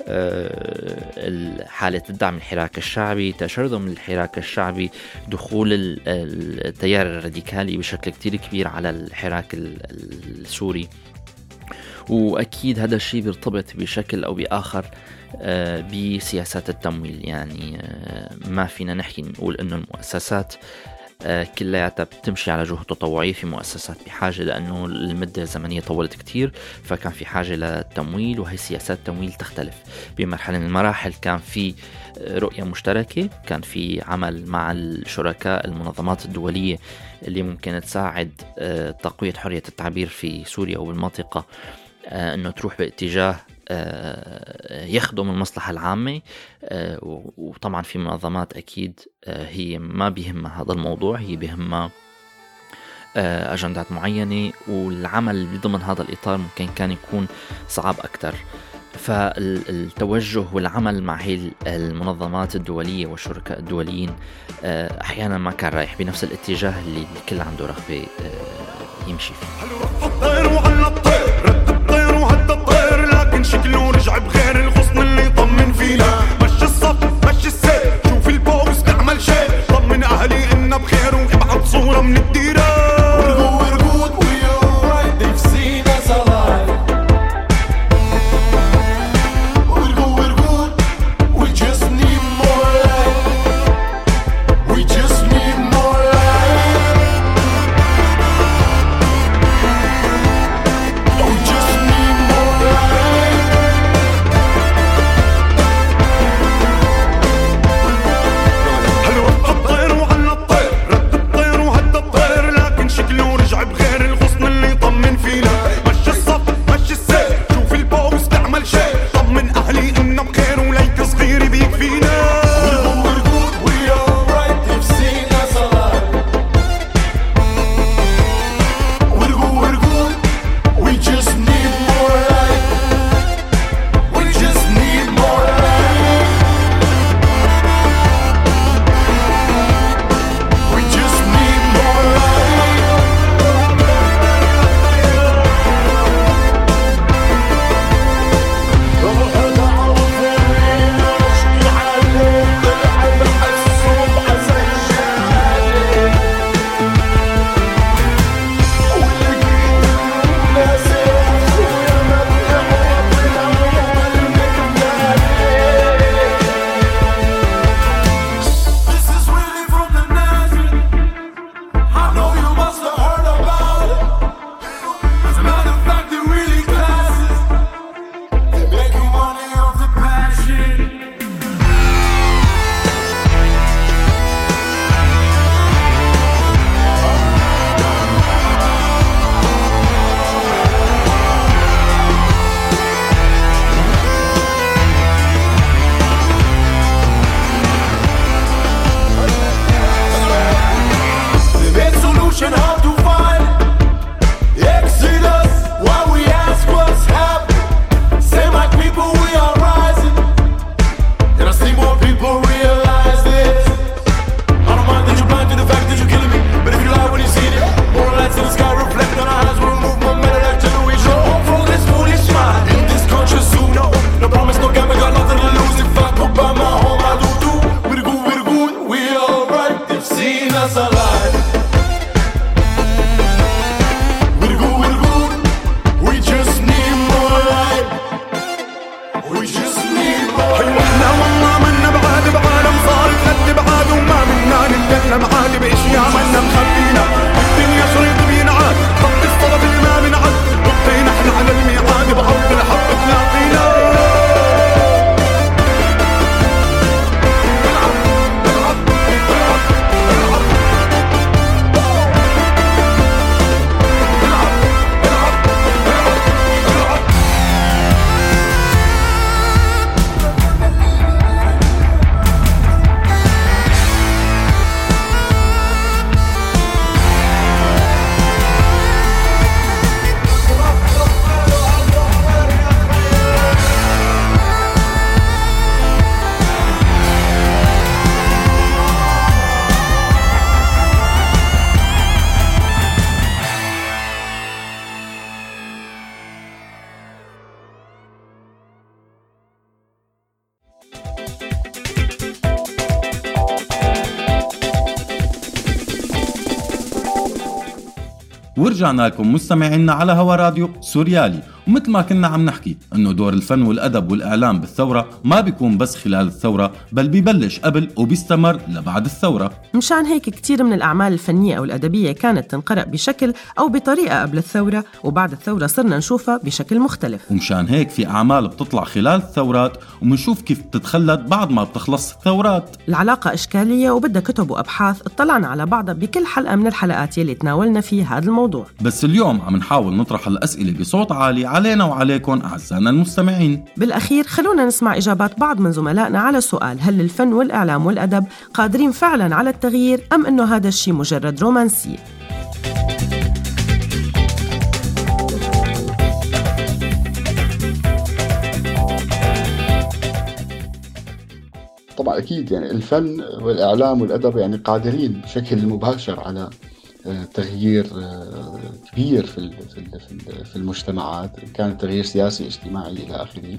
حالة الدعم الحراك الشعبي، تشرذم الحراك الشعبي، دخول التيار الراديكالي بشكل كتير كبير على الحراك السوري. وأكيد هذا الشيء بيرتبط بشكل أو بآخر بسياسات التمويل. يعني ما فينا نحكي نقول إنه المؤسسات كلياتها بتمشي على جهود تطوعية، في مؤسسات بحاجة لأنه المدة الزمنية طولت كتير فكان في حاجة للتمويل، وهي سياسات التمويل تختلف. بمرحلة من المراحل كان في رؤية مشتركة، كان في عمل مع الشركاء المنظمات الدولية اللي ممكن تساعد تقوية حرية التعبير في سوريا وبالمنطقة أنه تروح باتجاه يخدم المصلحة العامة. وطبعا في منظمات أكيد هي ما بيهمها هذا الموضوع، هي بيهمها أجندات معينة، والعمل ضمن هذا الإطار ممكن كان يكون صعب أكتر. فالتوجه والعمل مع هي المنظمات الدولية والشركاء الدوليين أحيانا ما كان رايح بنفس الاتجاه اللي الكل عنده رغبة يمشي فيه. شكله رجع بغير الغصن اللي طمن فينا، مشي الصف مشي السير، شوف البوس تعمل شيء، طمن أهلي إنا بخير وابعت صورة من الديرة. We're good, we're good, we alright, they've seen us alive. We're good, we're good, we just need more light. We just need more light. We just need more light. نحلم عالي باشياء منا مخبينا. الدنيا شريط بينعاد ضبط الصلب اللي ما بنعد. ضبطي نحن على الميعاد بحب الحب تلاقينا. ورجعنا لكم مستمعينا على هوا راديو سوريالي. ومثل ما كنا عم نحكي انه دور الفن والادب والاعلام بالثوره ما بيكون بس خلال الثوره، بل بيبلش قبل وبيستمر لبعد الثوره. مشان هيك كتير من الاعمال الفنيه او الادبيه كانت تنقرأ بشكل او بطريقه قبل الثوره، وبعد الثوره صرنا نشوفها بشكل مختلف. ومشان هيك في اعمال بتطلع خلال الثورات ومنشوف كيف بتتخلد بعد ما بتخلص الثورات. العلاقه اشكاليه وبدها كتب وابحاث اطلعنا على بعضها بكل حلقه من الحلقات يلي تناولنا فيه هذا الموضوع. بس اليوم عم نحاول نطرح الاسئله بصوت عالي علينا وعليكم أعزائنا المستمعين. بالأخير خلونا نسمع إجابات بعض من زملائنا على سؤال: هل الفن والإعلام والأدب قادرين فعلاً على التغيير أم أنه هذا الشيء مجرد رومانسية؟ طبعا أكيد يعني الفن والإعلام والأدب يعني قادرين بشكل مباشر على تغيير كبير في في المجتمعات، كان تغيير سياسي اجتماعي إلى آخره.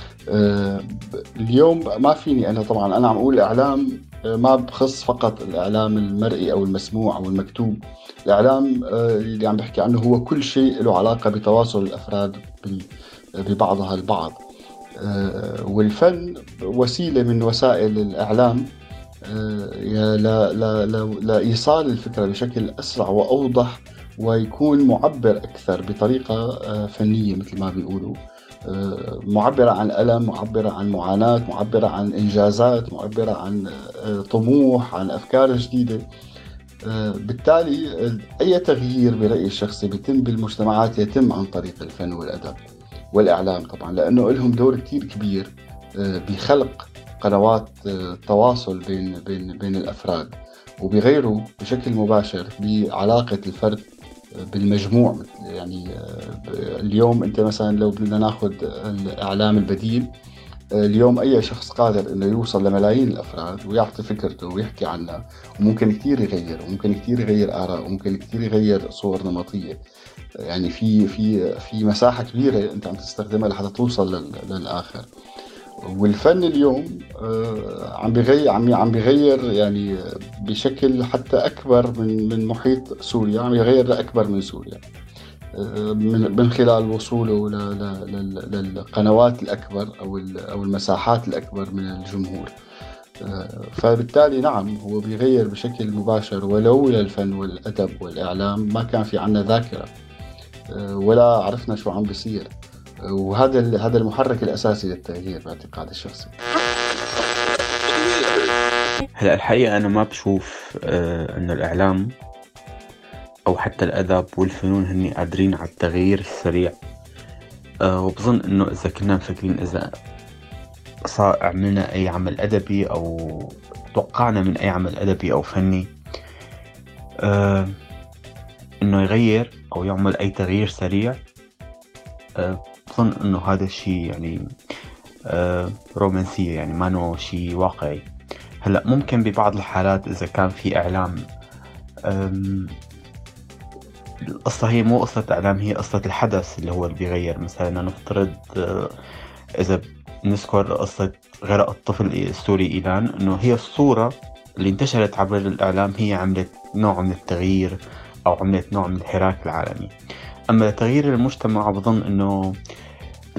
اليوم ما فيني أنا طبعا أنا عم أقول الإعلام ما بخص فقط الإعلام المرئي أو المسموع أو المكتوب. الإعلام اللي عم بحكي عنه هو كل شيء له علاقة بتواصل الأفراد ببعضها البعض، والفن وسيلة من وسائل الإعلام لا لا لا لإيصال الفكرة بشكل أسرع وأوضح ويكون معبر أكثر بطريقة فنية مثل ما بيقولوا، معبرة عن ألم، معبرة عن معاناة، معبرة عن إنجازات، معبرة عن طموح، عن أفكار جديدة. بالتالي أي تغيير برأيي الشخصي بيتم بالمجتمعات يتم عن طريق الفن والأدب والإعلام طبعا، لأنه لهم دور كتير كبير بخلق قنوات تواصل بين بين بين الأفراد، وبيغيروا بشكل مباشر بعلاقة الفرد بالمجموع. يعني اليوم أنت مثلا لو بدنا ناخذ الإعلام البديل، اليوم أي شخص قادر إنه يوصل لملايين الأفراد ويعطي فكرته ويحكي عنها، وممكن كتير يغير، وممكن كتير يغير آراء، وممكن كتير يغير صور نمطية. يعني في في في مساحة كبيرة أنت عم تستخدمها لحتى توصل للآخر. والفن اليوم عم بيغير عم عم بيغير يعني بشكل حتى أكبر من من محيط سوريا، عم يغير لأكبر من سوريا من من خلال وصوله للقنوات الأكبر أو أو المساحات الأكبر من الجمهور. فبالتالي نعم هو بيغير بشكل مباشر، ولولا الفن والأدب والإعلام ما كان في عنا ذاكرة ولا عرفنا شو عم بيصير، وهذا هذا المحرك الأساسي للتغيير باعتقاد الشخصي. هلا الحقيقة أنا ما بشوف آه إنه الإعلام أو حتى الأدب والفنون هني قادرين على التغيير السريع، آه وبظن إنه إذا كنا مفكرين إذا صار عملنا أي عمل أدبي أو توقعنا من أي عمل أدبي أو فني آه إنه يغير أو يعمل أي تغيير سريع، آه بظن إنه هذا الشيء يعني آه رومانسية، يعني ما إنه شيء واقعي. هلأ ممكن ببعض الحالات إذا كان في إعلام، القصة هي مو قصة إعلام، هي قصة الحدث اللي هو اللي بيغير. مثلا نفترض إذا نذكر قصة غرق الطفل السوري إيلان، إنه هي الصورة اللي انتشرت عبر الإعلام هي عملت نوع من التغيير أو عملت نوع من الحراك العالمي. أما تغيير المجتمع بظن إنه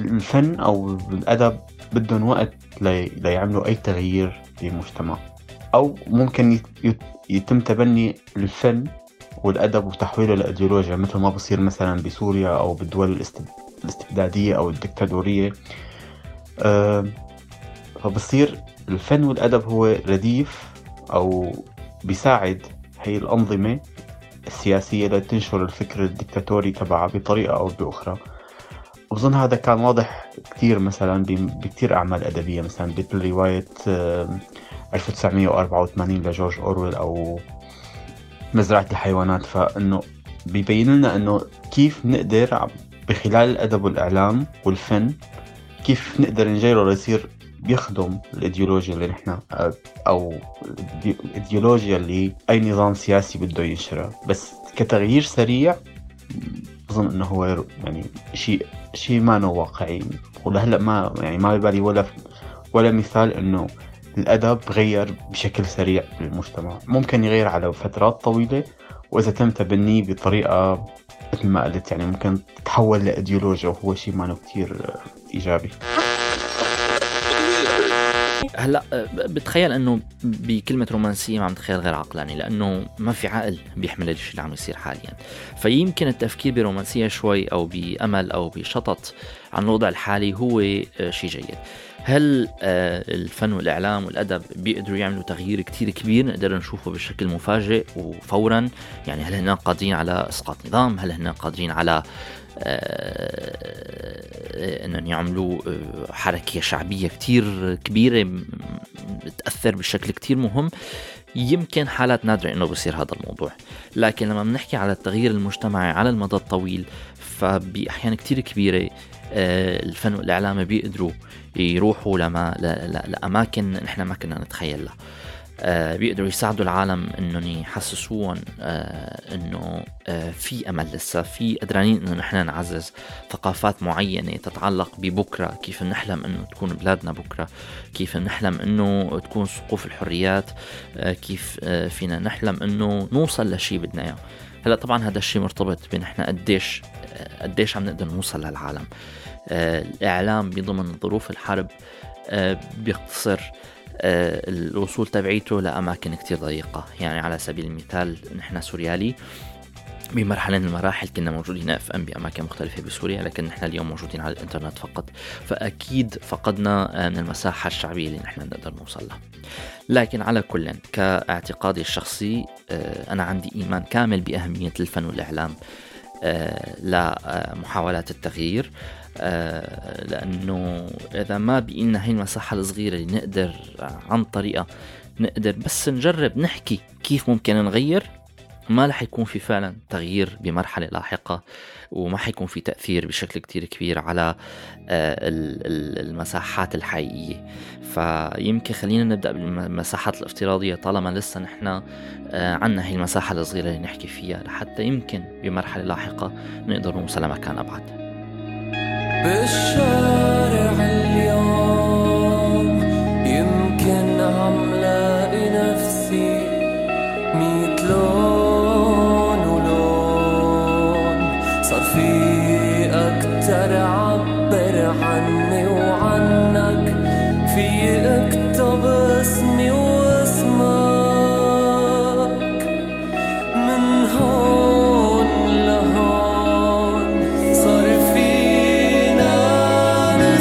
الفن أو الأدب بدهم وقت لي... ليعملوا أي تغيير في المجتمع. أو ممكن يتم تبني الفن والأدب وتحويله لأيديولوجيا مثل ما بصير مثلا بسوريا أو بالدول الاستبدادية أو الدكتاتورية. أه فبصير الفن والأدب هو رديف أو بيساعد هي الأنظمة السياسية لتنشر الفكر الدكتاتوري تبعها بطريقة أو بأخرى. وبظن هذا كان واضح كتير مثلا بكتير أعمال أدبية، مثلا مثل رواية ألف وتسعمية وأربعة وثمانين لجورج أورويل أو مزرعة الحيوانات. فإنه بيبين لنا إنه كيف نقدر بخلال الأدب والإعلام والفن كيف نقدر نجيره ليصير بيخدم الإيديولوجيا اللي نحن أو الإيديولوجيا اللي أي نظام سياسي بده ينشرها. بس كتغيير سريع أظن إنه هو يعني شيء شيء ما نو واقعي، ولهلا ما يعني ما ببالي ولا ولا مثال إنه الأدب غير بشكل سريع بالمجتمع. ممكن يغير على فترات طويلة، وإذا تم تبنيه بطريقة مثل ما قلت يعني ممكن تتحول لإيديولوجيا، وهو شيء ما نو كتير إيجابي. هلا بتخيل انه بكلمه رومانسيه ما عم تخيل غير عقلاني، لانه ما في عقل بيحمل الشيء اللي عم يصير حاليا. فيمكن التفكير برومانسيه شوي او بامل او بشطط عن الوضع الحالي هو شيء جيد. هل الفن والاعلام والادب بيقدروا يعملوا تغيير كتير كبير نقدر نشوفه بشكل مفاجئ وفورا؟ يعني هل هن قادرين على اسقاط نظام؟ هل هن قادرين على أن يعملوا حركة شعبية كتير كبيرة تأثر بشكل كتير مهم؟ يمكن حالات نادرة أنه بصير هذا الموضوع، لكن لما بنحكي على التغيير المجتمعي على المدى الطويل فبأحيان كتير كبيرة الفن والإعلام بيقدروا يروحوا لما لأماكن نحن ما كنا نتخيل لها. آه بيقدروا يساعدوا العالم انهم يحسسوهم آه انه آه في امل، لسه في قدرانين انه نحن نعزز ثقافات معينة تتعلق ببكرة، كيف نحلم انه تكون بلادنا بكرة، كيف نحلم انه تكون سقوف الحريات، آه كيف آه فينا نحلم انه نوصل لشي بدنا اياه. هلا طبعا هذا الشيء مرتبط بين احنا قديش آه قديش عم نقدر نوصل للعالم. آه الاعلام بضمن ظروف الحرب آه بيقتصر آه الوصول تبعيته لأماكن كتير ضيقة. يعني على سبيل المثال نحن سوريالي بمرحلة من المراحل كنا موجودين اف ام بأماكن مختلفة بسوريا، لكن نحن اليوم موجودين على الانترنت فقط، فأكيد فقدنا من المساحة الشعبية اللي نحن نقدر نوصل لها. لكن على كل كاعتقادي الشخصي آه أنا عندي إيمان كامل بأهمية الفن والإعلام آه لمحاولات التغيير، آه لأنه إذا ما بقينا هاي المساحة الصغيرة اللي نقدر عن طريقة نقدر بس نجرب نحكي كيف ممكن نغير، ما رح يكون في فعلا تغيير بمرحلة لاحقة، وما حيكون في تأثير بشكل كتير كبير على آه المساحات الحقيقية. فيمكن خلينا نبدأ بالمساحات الافتراضية طالما لسه نحن آه عنا هاي المساحة الصغيرة اللي نحكي فيها، لحتى يمكن بمرحلة لاحقة نقدر نوصل لمكان أبعد. بالشارع اليوم يمكن عم لاقي نفسي ميت لون ولون، صار في أكتر عبر عني وعنك، في اكتب اسمي واسمك من هون لهون، صار فينا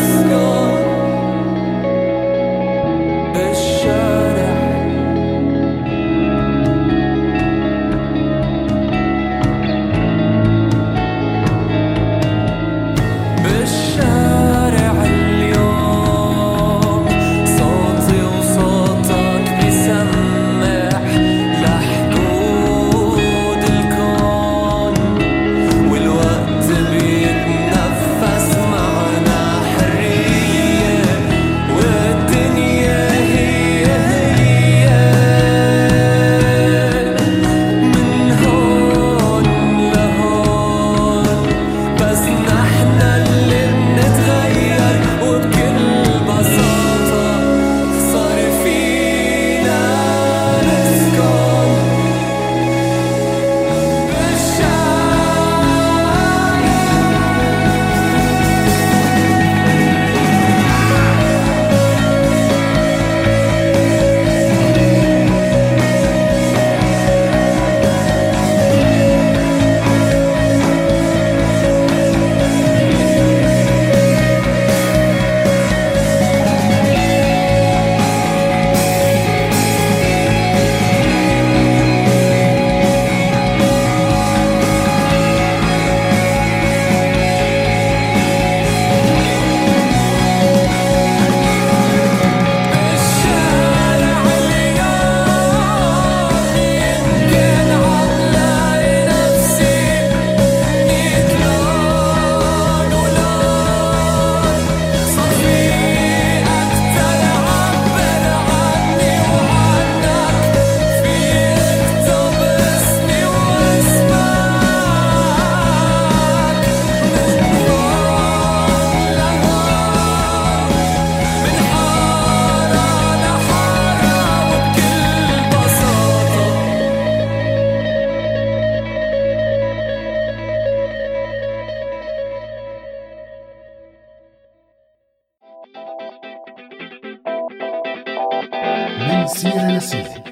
من سيرة لسيرة.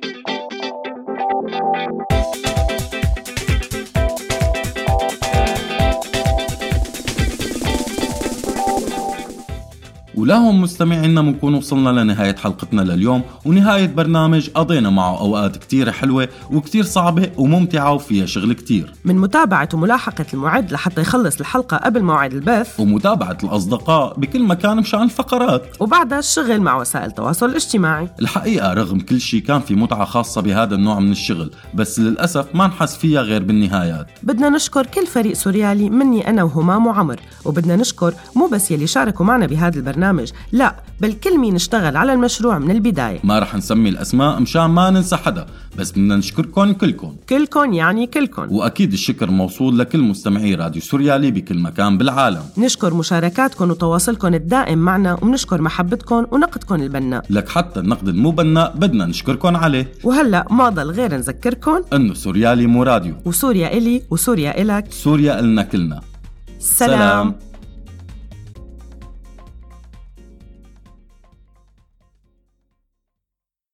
ولهم مستمعينا بنكون وصلنا لنهاية حلقتنا لليوم ونهاية برنامج قضينا معه أوقات كتير حلوة وكتير صعبة وممتعة وفيها شغل كتير. من متابعة وملاحقة المعد لحتى يخلص الحلقة قبل موعد البث، ومتابعة الأصدقاء بكل مكان مشان الفقرات، وبعدها الشغل مع وسائل التواصل الاجتماعي. الحقيقة رغم كل شي كان في متعة خاصة بهذا النوع من الشغل، بس للأسف ما نحس فيها غير بالنهايات. بدنا نشكر كل فريق سوريالي مني أنا وهمام وعمر، وبدنا نشكر مو بس يلي شاركوا معنا بهذا البرنامج، لا بل كل مين اشتغل على المشروع من البداية. ما رح نسمي الأسماء مشان ما ننسى حدا، بس بدنا نشكركم كلكم كلكم يعني كلكم. وأكيد الشكر موصول لكل مستمعي راديو سوريالي بكل مكان بالعالم. نشكر مشاركاتكم وتواصلكم الدائم معنا، ونشكر محبتكم ونقدكم البناء. لك حتى النقد المو بناء بدنا نشكركم عليه. وهلأ ما ضل غير نذكركم أنه سوريالي مو راديو، وسوريا إلي وسوريا إلك، سوريا إلنا كلنا. سلام, سلام.